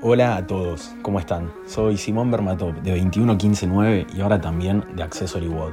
Hola a todos, ¿cómo están? Soy Simón Bermatov de 21159 y ahora también de Accessory WOD.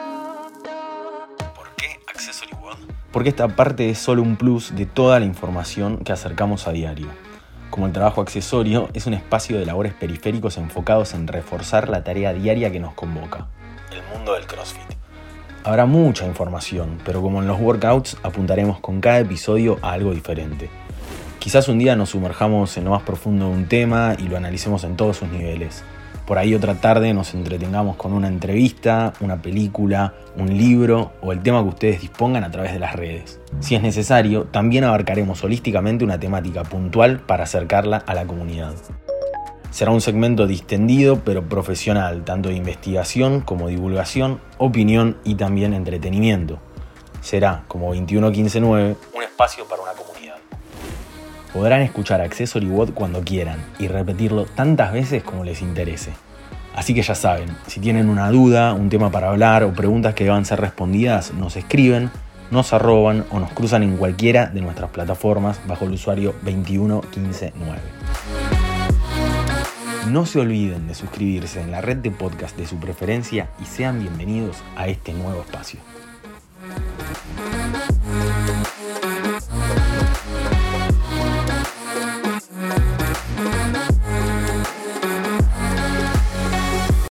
¿Por qué Accessory WOD? Porque esta parte es solo un plus de toda la información que acercamos a diario. Como el trabajo accesorio, es un espacio de labores periféricos enfocados en reforzar la tarea diaria que nos convoca, el mundo del CrossFit. Habrá mucha información, pero como en los workouts, apuntaremos con cada episodio a algo diferente. Quizás un día nos sumerjamos en lo más profundo de un tema y lo analicemos en todos sus niveles. Por ahí otra tarde nos entretengamos con una entrevista, una película, un libro o el tema que ustedes dispongan a través de las redes. Si es necesario, también abarcaremos holísticamente una temática puntual para acercarla a la comunidad. Será un segmento distendido pero profesional, tanto de investigación como divulgación, opinión y también entretenimiento. Será, como 21159, un espacio para una comunidad. Podrán escuchar Accessory WOD cuando quieran y repetirlo tantas veces como les interese. Así que ya saben, si tienen una duda, un tema para hablar o preguntas que deban ser respondidas, nos escriben, nos arroban o nos cruzan en cualquiera de nuestras plataformas bajo el usuario 21159. No se olviden de suscribirse en la red de podcast de su preferencia y sean bienvenidos a este nuevo espacio.